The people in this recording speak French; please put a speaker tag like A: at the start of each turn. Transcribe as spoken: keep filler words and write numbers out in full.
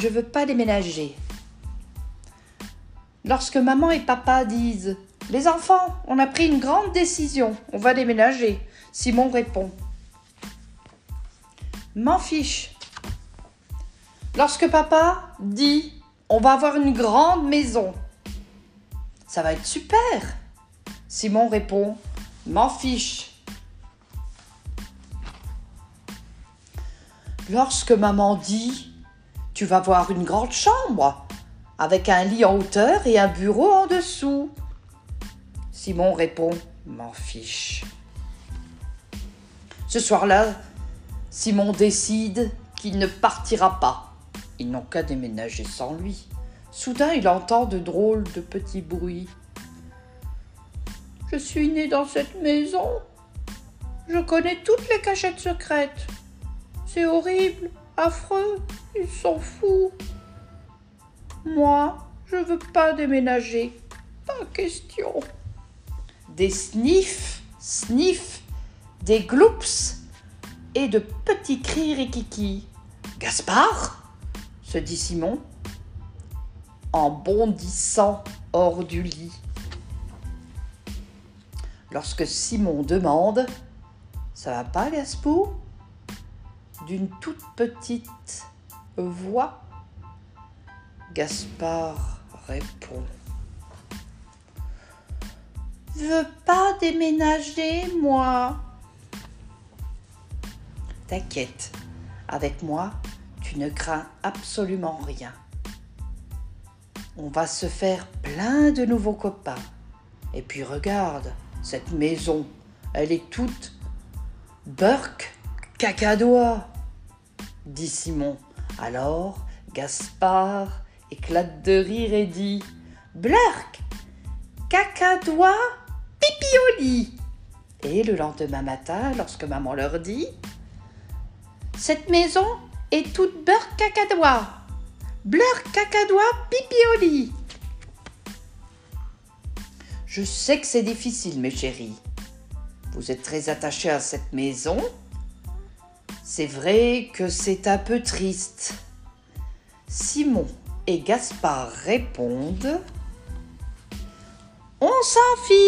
A: je veux pas déménager. Lorsque maman et papa disent « Les enfants, on a pris une grande décision, on va déménager », Simon répond « M'en fiche ». Lorsque papa dit « On va avoir une grande maison », ça va être super. Simon répond « M'en fiche ». Lorsque maman dit « Tu vas avoir une grande chambre avec un lit en hauteur et un bureau en dessous », Simon répond « M'en fiche ». Ce soir-là, Simon décide qu'il ne partira pas. Ils n'ont qu'à déménager sans lui. Soudain, il entend de drôles de petits bruits. « Je suis né dans cette maison. Je connais toutes les cachettes secrètes. C'est horrible, affreux, ils sont fous. Moi, je veux pas déménager. Pas question. » Des sniffs, sniffs, des gloops et de petits cris rikiki. « Gaspard !» se dit Simon, en bondissant hors du lit. Lorsque Simon demande « Ça va pas, Gaspou ?» d'une toute petite voix, Gaspard répond « Je veux pas déménager, moi. » T'inquiète, avec moi, tu ne crains absolument rien. On va se faire plein de nouveaux copains. Et puis regarde, cette maison, elle est toute burk cacadois, dit Simon. Alors Gaspard éclate de rire et dit « Blurk, cacadois, pipi au lit !» Et le lendemain matin, lorsque maman leur dit « Cette maison est toute beurre cacadois, blur cacadois, pipi au lit !» Je sais que c'est difficile, mes chéris. Vous êtes très attachés à cette maison. C'est vrai que c'est un peu triste. Simon et Gaspard répondent « On s'en fiche !»